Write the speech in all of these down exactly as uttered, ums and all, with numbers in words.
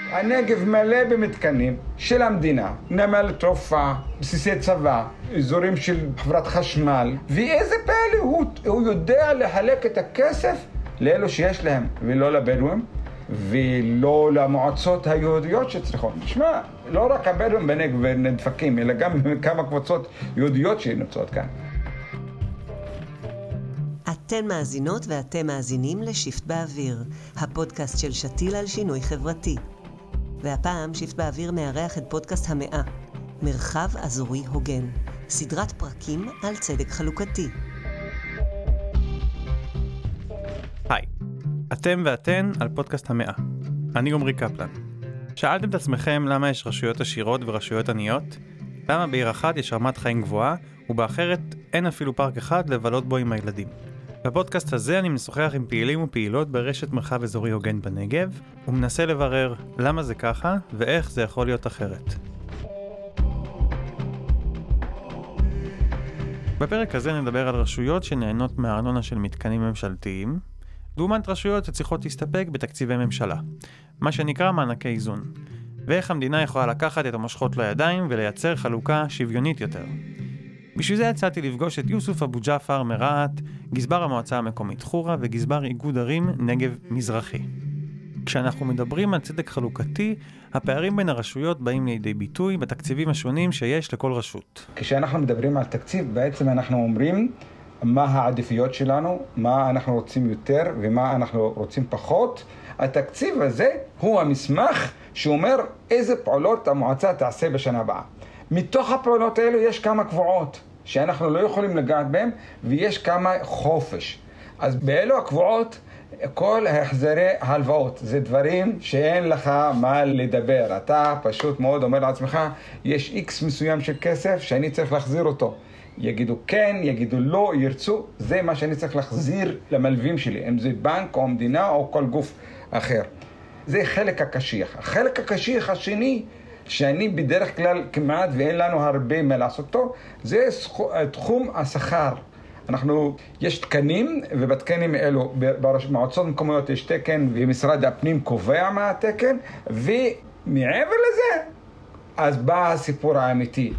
הנגב מלא במתקנים של המדינה, נמל תעופה, בסיסי צבא, אזורים של חברת חשמל, ואיזה פלא הוא, הוא יודע לחלק את הכסף לאלו שיש להם, ולא לבדואים, ולא למועצות היהודיות שצריכות. תשמע, לא רק הבדואים בנגב נדפקים, אלא גם כמה קבוצות יהודיות שנמצאות כאן. אתן מאזינות ואתם מאזינים לשיפט באוויר, הפודקאסט של שתיל על שינוי חברתי. והפעם שיפט באוויר מארח את פודקאסט המאה, מרחב אזורי הוגן, סדרת פרקים על צדק חלוקתי. היי, אתם ואתן על פודקאסט המאה. אני עומרי קפלן. שאלתם את עצמכם למה יש רשויות עשירות ורשויות עניות? למה בעיר אחת יש רמת חיים גבוהה, ובאחרת אין אפילו פארק אחד לבלות בו עם הילדים? בפודקאסט הזה אני משוחח עם פעילים ופעילות ברשת מרחב אזורי הוגן בנגב, ומנסה לברר למה זה ככה ואיך זה יכול להיות אחרת. בפרק הזה נדבר על רשויות שנהנות מהארנונה של מתקנים ממשלתיים, לעומת רשויות שצריכות להסתפק בתקציבי ממשלה, מה שנקרא מענקי איזון, ואיך המדינה יכולה לקחת את המושכות לידיים ולייצר חלוקה שוויונית יותר. בשביל זה יצאתי לפגוש את יוסוף אבו ג'אפר מרהט, גזבר המועצה המקומית חורה וגזבר איגוד ערים נגב מזרחי. כשאנחנו מדברים על צדק חלוקתי, הפערים בין הרשויות באים לידי ביטוי בתקציבים השונים שיש לכל רשות. כשאנחנו מדברים על תקציב, בעצם אנחנו אומרים מה העדיפויות שלנו, מה אנחנו רוצים יותר ומה אנחנו רוצים פחות. התקציב הזה הוא המסמך שאומר איזה פעולות המועצה תעשה בשנה הבאה. מתוך הפעולות האלו יש כמה קבועות שאנחנו לא יכולים לגעת בהם, ויש כמה חופש. אז באלו הקבועות, כל ההחזרי ההלוואות, זה דברים שאין לך מה לדבר. אתה פשוט מאוד אומר לעצמך, יש איקס מסוים של כסף שאני צריך להחזיר אותו. יגידו כן, יגידו לא, ירצו, זה מה שאני צריך להחזיר למלווים שלי, אם זה בנק או מדינה או כל גוף אחר. זה חלק הקשיח. החלק הקשיח השני, שאני בדרך כלל כמעט ואין לנו הרבה מה לעשותו, זה תחום השכר. אנחנו, יש תקנים, ובתקנים האלו, במועצות מקומיות יש תקן, ומשרד הפנים קובע מה התקן, ומעבר לזה, אז בא הסיפור האמיתי.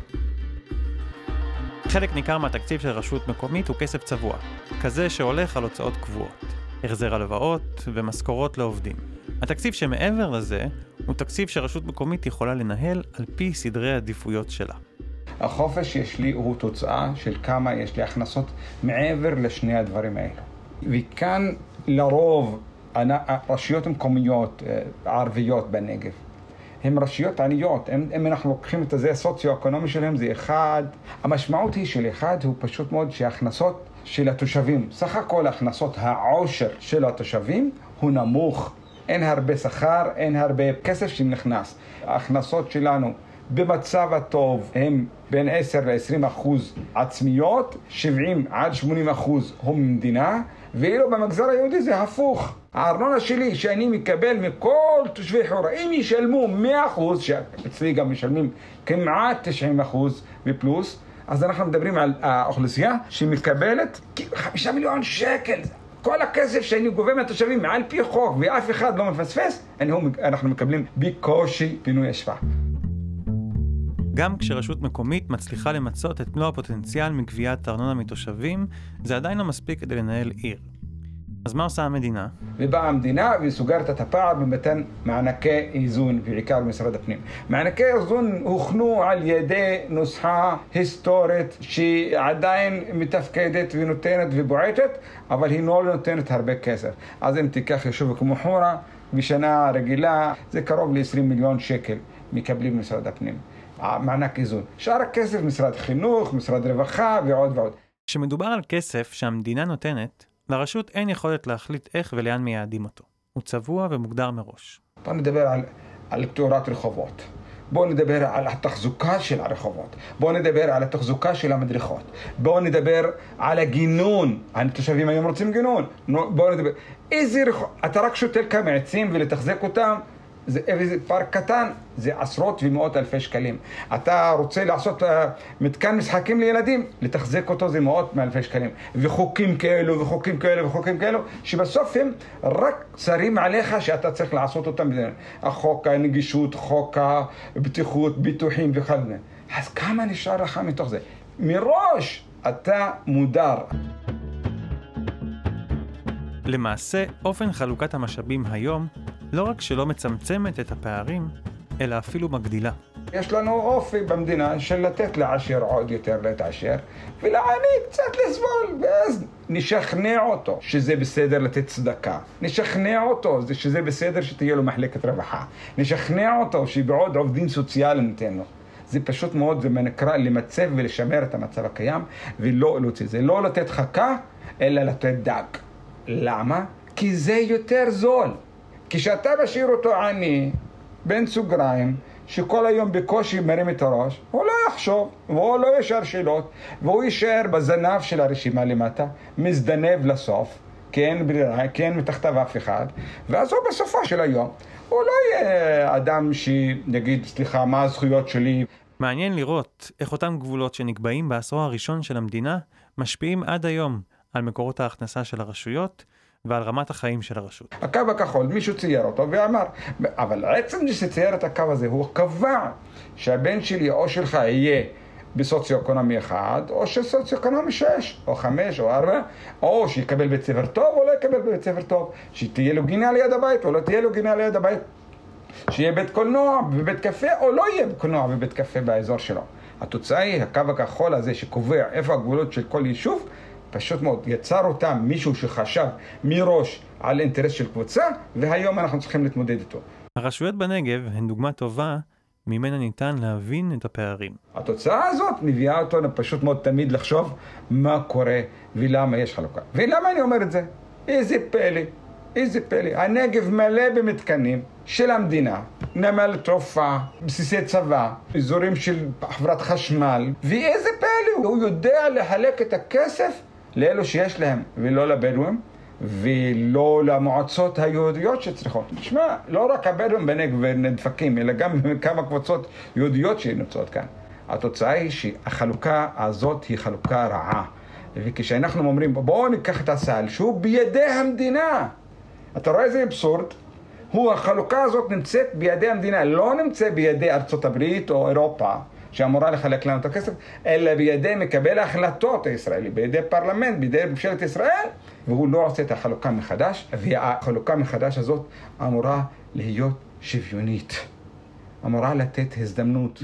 חלק ניכר מהתקציב של רשות מקומית הוא כסף צבוע, כזה שהולך על הוצאות קבועות, החזר הלוואות ומשכורות לעובדים. התקציב שמעבר לזה הוא תקציב שרשות מקומית יכולה לנהל על פי סדרי עדיפויות שלה. החופש יש לי הוא תוצאה של כמה יש לי הכנסות מעבר לשני הדברים האלה. וכאן לרוב רשויות מקומיות ערביות בנגב הן רשויות עניות. אם, אם אנחנו לוקחים את זה, הסוציו-אקונומי שלהם זה אחד. המשמעות היא של אחד הוא פשוט מאוד שההכנסות של התושבים, סך הכל הכנסות העושר של התושבים הוא נמוך. אין הרבה שכר, אין הרבה כסף שנכנס. ההכנסות שלנו במצב הטוב הם בין עשר לעשרים אחוז עצמיות, שבעים עד שמונים אחוז הוא ממדינה, ואילו במגזר היהודי זה הפוך. הארנונה שלי שאני מקבל מכל תושבי חורה, אם ישלמו מאה אחוז, שאצלי גם משלמים כמעט תשעים אחוז ופלוס, אז אנחנו מדברים על האוכלוסייה שמקבלת חמישה מיליון שקל. כל הכסף שאני גובה מהתושבים מעל פי חוק ואף אחד לא מפספס, אנחנו מקבלים בקושי פינוי אשפה. גם כשרשות מקומית מצליחה למצות את מלוא הפוטנציאל מגביית ארנונה מתושבים, זה עדיין לא מספיק כדי לנהל עיר. אז מה עושה המדינה? ובאה המדינה וסוגרת את הפער במתן מענקי איזון, בעיקר במשרד הפנים. מענקי איזון הוכנו על ידי נוסחה היסטורית שעדיין מתפקדת ונותנת ובועטת, אבל היא לא נותנת הרבה כסף. אז אם תיקח יישוב כמו חורה, בשנה רגילה זה קרוב ל-עשרים מיליון שקל מקבלים במשרד הפנים. מענק איזון. שאר הכסף משרד חינוך, משרד רווחה ועוד ועוד. כשמדובר על כסף שהמדינה נותנת, לרשות אין יכולת להחליט איך ולאן מייעדים אותו. הוא צבוע ומוגדר מראש. בואו נדבר על, על תאורת רחובות. בואו נדבר על התחזוקה של הרחובות. בואו נדבר על התחזוקה של המדרכות. בואו נדבר על הגינון. התושבים היום רוצים גינון. בואו נדבר. איזה רחוב... אתה רק שותל כמה עצים ולתחזק אותם, זה איזה פארק קטן, זה עשרות ומאות אלפי שקלים. אתה רוצה לעשות uh, מתקן משחקים לילדים, לתחזק אותו זה מאות מאלפי שקלים. וחוקים כאלו וחוקים כאלו וחוקים כאלו, שבסוף הם רק שרים עליך שאתה צריך לעשות אותם. החוק הנגישות, חוק הבטיחות, ביטוחים וכדומה. אז כמה נשאר לך מתוך זה? מראש אתה מודר. למעשה, אופן חלוקת המשאבים היום לא רק שלא מצמצמת את הפערים, אלא אפילו מגדילה. יש לנו אופי במדינה של לתת לעשיר עוד יותר להתעשר, ולעני קצת לסבול, ואז נשכנע אותו שזה בסדר לתת צדקה. נשכנע אותו שזה בסדר שתהיה לו מחלקת רווחה. נשכנע אותו שבעוד עובדים סוציאליים ניתן לו. זה פשוט מאוד, זה נקרא למצב ולשמר את המצב הקיים, ולא להוציא. זה לא לתת חכה, אלא לתת דג. למה? כי זה יותר זול. כשאתה משאיר אותו עני, בין סוגריים, שכל היום בקושי מרים את הראש, הוא לא יחשוב, והוא לא ישר שאלות, והוא יישאר בזנב של הרשימה למטה, מזדנב לסוף, כי אין ברירה, כי אין מתחתיו אף אחד, ואז הוא בסופו של היום, הוא לא יהיה אדם שיגיד, סליחה, מה הזכויות שלי? מעניין לראות איך אותם גבולות שנקבעים בעשור הראשון של המדינה, משפיעים עד היום על מקורות ההכנסה של הרשויות, ועל רמת החיים של הרשות. הקו הכחול, מישהו צייר אותו ואמר, אבל עצם שצייר את הקו הזה, הוא קבע שהבן שלי או שלך יהיה בסוציו-אקונומי אחד, או שסוציו-אקונומי שש, או חמש, או ארבע, או שיקבל בית ספר טוב, או לא יקבל בית ספר טוב, שתהיה לו גינה ליד הבית, או לא תהיה לו גינה ליד הבית, שיהיה בית קולנוע ובית קפה, או לא יהיה קולנוע ובית קפה באזור שלו. התוצאה היא, הקו הכחול הזה שקובע איפה הגבולות של כל יישוב, פשוט מאוד, יצר אותם מישהו שחשב מראש על אינטרס של קבוצה, והיום אנחנו צריכים להתמודד איתו. הרשויות בנגב הן דוגמה טובה ממנה ניתן להבין את הפערים. התוצאה הזאת מביאה אותנו פשוט מאוד תמיד לחשוב מה קורה ולמה יש חלוקה. ולמה אני אומר את זה? איזה פלא, איזה פלא. הנגב מלא במתקנים של המדינה, נמל תעופה, בסיסי צבא, אזורים של חברת חשמל, ואיזה פלא, הוא יודע לחלק את הכסף לאלו שיש להם, ולא לבדואים, ולא למועצות היהודיות שצריכות. תשמע, לא רק הבדואים בנגב נדפקים, אלא גם כמה קבוצות יהודיות שנמצאות כאן. התוצאה היא שהחלוקה הזאת היא חלוקה רעה. וכשאנחנו אומרים, בואו ניקח את הסל, שהוא בידי המדינה. אתה רואה איזה אבסורד? הוא, החלוקה הזאת נמצאת בידי המדינה, לא נמצאת בידי ארצות הברית או אירופה, שאמורה לחלק לנו את הכסף, אלא בידי מקבל ההחלטות הישראלי, בידי פרלמנט, בידי ממשלת ישראל, והוא לא עושה את החלוקה מחדש, והחלוקה מחדש הזאת אמורה להיות שוויונית, אמורה לתת הזדמנות.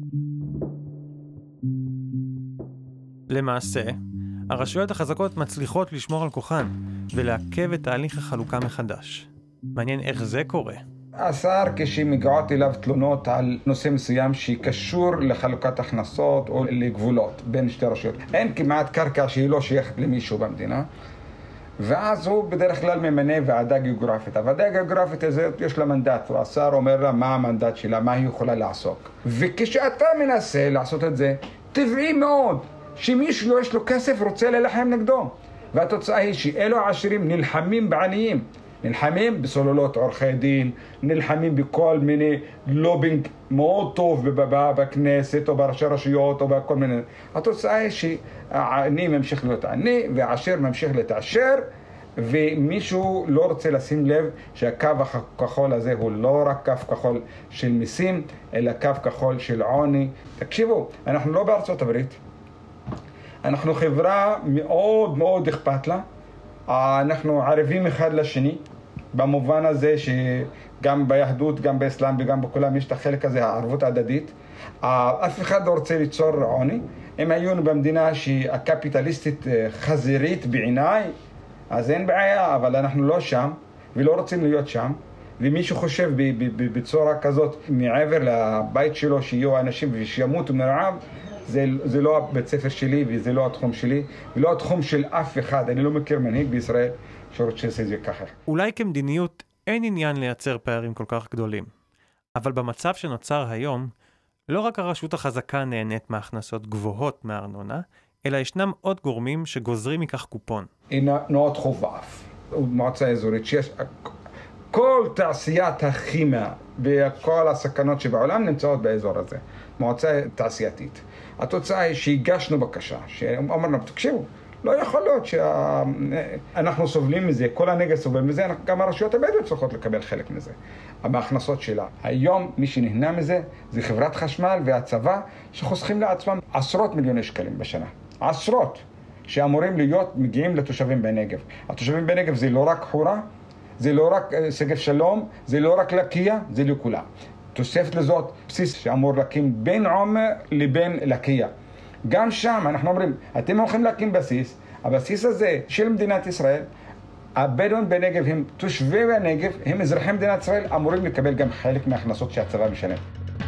למעשה, הרשויות החזקות מצליחות לשמור על כוחן, ולעכב את תהליך החלוקה מחדש. מעניין איך זה קורה. השר כשמגיעות אליו תלונות על נושא מסוים שקשור לחלוקת הכנסות או לגבולות בין שתי רשויות. אין כמעט קרקע שהיא לא שייכת למישהו במדינה, ואז הוא בדרך כלל ממנה ועדה גיאוגרפית. הוועדה הגיאוגרפית הזאת יש לה מנדט, והשר אומר לה מה המנדט שלה, מה היא יכולה לעסוק. וכשאתה מנסה לעשות את זה, טבעי מאוד שמישהו יש לו כסף רוצה ללחם נגדו. והתוצאה היא שאלו העשירים נלחמים בעניים. נלחמים בסוללות עורכי דין, נלחמים בכל מיני לובינג מאוד טוב בכנסת או בראשי רשויות או בכל מיני. התוצאה היא שהעני ממשיך להיות עני והעשיר ממשיך להתעשר, ומישהו לא רוצה לשים לב שהקו הכחול הזה הוא לא רק קו כחול של מיסים, אלא קו כחול של עוני. תקשיבו, אנחנו לא בארצות הברית, אנחנו חברה מאוד מאוד אכפת לה, אנחנו ערבים אחד לשני, במובן הזה שגם ביהדות, גם באסלאם וגם בכולם יש את החלק הזה, הערבות ההדדית. אף אחד לא רוצה ליצור עוני. אם היינו במדינה שהיא הקפיטליסטית חזירית בעיניי, אז אין בעיה, אבל אנחנו לא שם ולא רוצים להיות שם. ומישהו חושב בצורה כזאת מעבר לבית שלו שיהיו אנשים ושימותו מרעב, זה, זה לא הבית ספר שלי וזה לא התחום שלי ולא התחום של אף אחד. אני לא מכיר מנהיג בישראל שרוצה שזה זה ככה. אולי כמדיניות אין עניין לייצר פערים כל כך גדולים, אבל במצב שנוצר היום, לא רק הרשות החזקה נהנית מהכנסות גבוהות מהארנונה, אלא ישנם עוד גורמים שגוזרים מכך קופון. הנה נאות חובב, מועצה אזורית שיש כל תעשיית הכימיה וכל הסכנות שבעולם נמצאות באזור הזה. מועצה תעשייתית. התוצאה היא שהגשנו בקשה, שאמרנו, תקשיבו, לא יכול להיות שאנחנו סובלים מזה, כל הנגב סובל מזה, גם הרשויות הבדואיות צריכות לקבל חלק מזה, מההכנסות שלה. היום מי שנהנה מזה זה חברת חשמל והצבא, שחוסכים לעצמם עשרות מיליוני שקלים בשנה. עשרות, שאמורים להיות מגיעים לתושבים בנגב. התושבים בנגב זה לא רק חורה, זה לא רק שגב שלום, זה לא רק לקיה, זה לכולם. תוספת לזאת בסיס שאמור להקים בין עומר לבין לקיה. גם שם אנחנו אומרים, אתם הולכים להקים בסיס, הבסיס הזה של מדינת ישראל, הבדואים בנגב הם תושבי הנגב, הם אזרחי מדינת ישראל, אמורים לקבל גם חלק מההכנסות שהצבא משלם.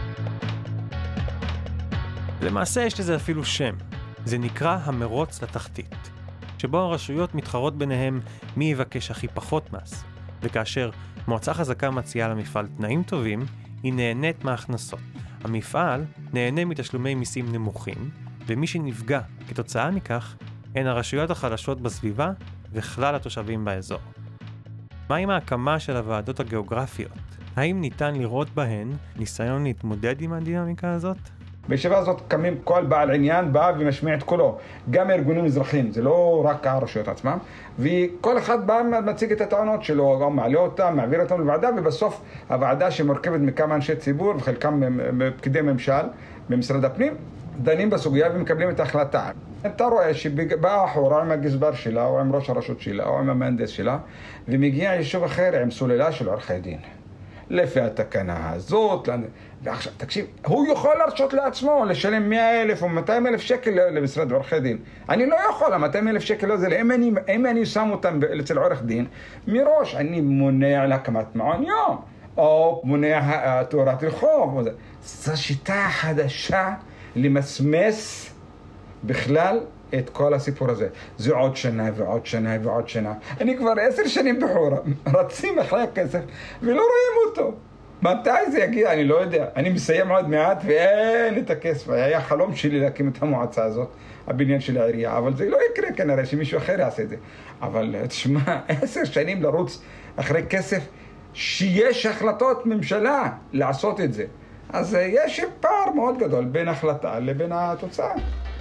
למעשה יש לזה אפילו שם, זה נקרא המרוץ לתחתית, שבו הרשויות מתחרות ביניהם מי יבקש הכי פחות מס, וכאשר מועצה חזקה מציעה למפעל תנאים טובים, היא נהנית מההכנסות. המפעל נהנה מתשלומי מיסים נמוכים, ומי שנפגע כתוצאה מכך הן הרשויות החלשות בסביבה וכלל התושבים באזור. מה עם ההקמה של הוועדות הגיאוגרפיות? האם ניתן לראות בהן ניסיון להתמודד עם הדינמיקה הזאת? בישיבה הזאת קמים כל בעל עניין, בא ומשמיע את קולו. גם ארגונים אזרחיים, זה לא רק הרשויות עצמם. וכל אחד בא מציג את הטענות שלו, גם מעלה אותם, מעביר אותם לוועדה, ובסוף הוועדה שמורכבת מכמה אנשי ציבור, וחלקם פקידי ממשל במשרד הפנים, דנים בסוגיה ומקבלים את ההחלטה. אתה רואה שבאה חורה עם הגזבר שלה, או עם ראש הרשות שלה, או עם המהנדס שלה, ומגיע יישוב אחר עם סוללה של עורכי דין. לפי התקנה הזאת, ועכשיו, תקשיב, הוא יכול להרשות לעצמו לשלם מאה אלף או מאתיים אלף שקל למשרד עורכי דין. אני לא יכול, ה-מאתיים אלף שקל הזה, אם אני, אם אני שם אותם אצל עורך דין, מראש אני מונע להקמת מעון יום, או מונע תאורת רחוב. זו שיטה חדשה למסמס בכלל את כל הסיפור הזה. זה עוד שנה ועוד שנה ועוד שנה. אני כבר עשר שנים בחורה, רצים אחרי הכסף ולא רואים אותו. מתי זה יגיע? אני לא יודע. אני מסיים עוד מעט ואין את הכסף. היה חלום שלי להקים את המועצה הזאת, הבניין של העירייה, אבל זה לא יקרה כנראה שמישהו אחר יעשה את זה. אבל תשמע, עשר שנים לרוץ אחרי כסף שיש החלטות ממשלה לעשות את זה. אז יש פער מאוד גדול בין החלטה לבין התוצאה.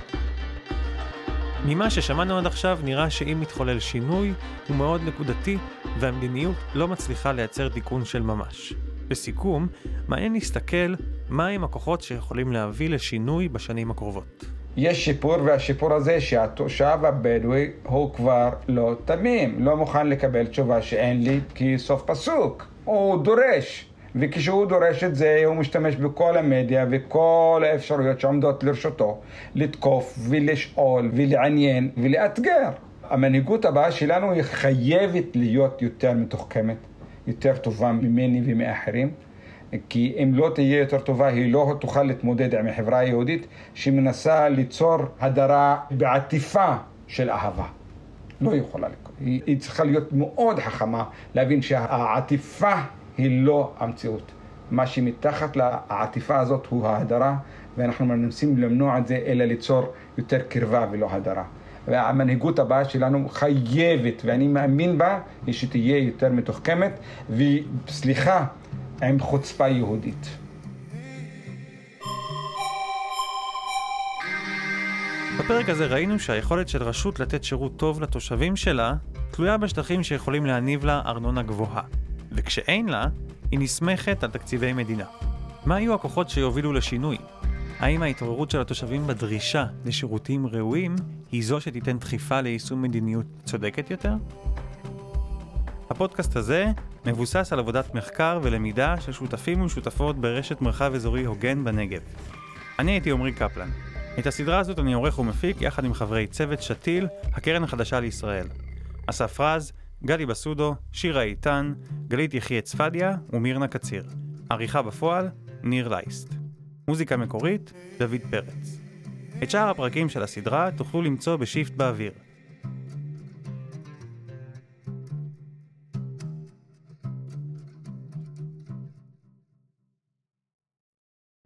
ממה ששמענו עד עכשיו נראה שאם מתחולל שינוי הוא מאוד נקודתי והמדיניות לא מצליחה לייצר תיקון של ממש. בסיכום, מעניין להסתכל מהם הכוחות שיכולים להביא לשינוי בשנים הקרובות. יש שיפור, והשיפור הזה שהתושב הבדואי הוא כבר לא תמים, לא מוכן לקבל תשובה שאין לי כי סוף פסוק. הוא דורש. וכשהוא דורש את זה, הוא משתמש בכל המדיה וכל האפשרויות שעומדות לרשותו, לתקוף ולשאול ולעניין ולאתגר. המנהיגות הבאה שלנו היא חייבת להיות יותר מתוחכמת, יותר טובה ממני ומאחרים, כי אם לא תהיה יותר טובה, היא לא תוכל להתמודד עם החברה היהודית שמנסה ליצור הדרה בעטיפה של אהבה. לא יכולה לקרוא. היא, היא צריכה להיות מאוד חכמה, להבין שהעטיפה היא לא המציאות. מה שמתחת לעטיפה הזאת הוא ההדרה, ואנחנו מנסים למנוע את זה, אלא ליצור יותר קרבה ולא הדרה. והמנהיגות הבאה שלנו חייבת, ואני מאמין בה, היא שתהיה יותר מתוחכמת, וסליחה, עם חוצפה יהודית. בפרק הזה ראינו שהיכולת של רשות לתת שירות טוב לתושבים שלה, תלויה בשטחים שיכולים להניב לה ארנונה גבוהה. וכשאין לה, היא נסמכת על תקציבי מדינה. מה היו הכוחות שיובילו לשינוי? האם ההתעוררות של התושבים בדרישה לשירותים ראויים היא זו שתיתן דחיפה ליישום מדיניות צודקת יותר? הפודקאסט הזה מבוסס על עבודת מחקר ולמידה של שותפים ושותפות ברשת מרחב אזורי הוגן בנגב. אני הייתי עומרי קפלן. את הסדרה הזאת אני עורך ומפיק יחד עם חברי צוות שתיל, הקרן החדשה לישראל. אסף רז, גלי בסודו, שירה איתן, גלית יחיה צפדיה ומירנה קציר. עריכה בפועל, ניר לייסט. מוזיקה מקורית, דוד פרץ. את שאר הפרקים של הסדרה תוכלו למצוא בשיפט באוויר,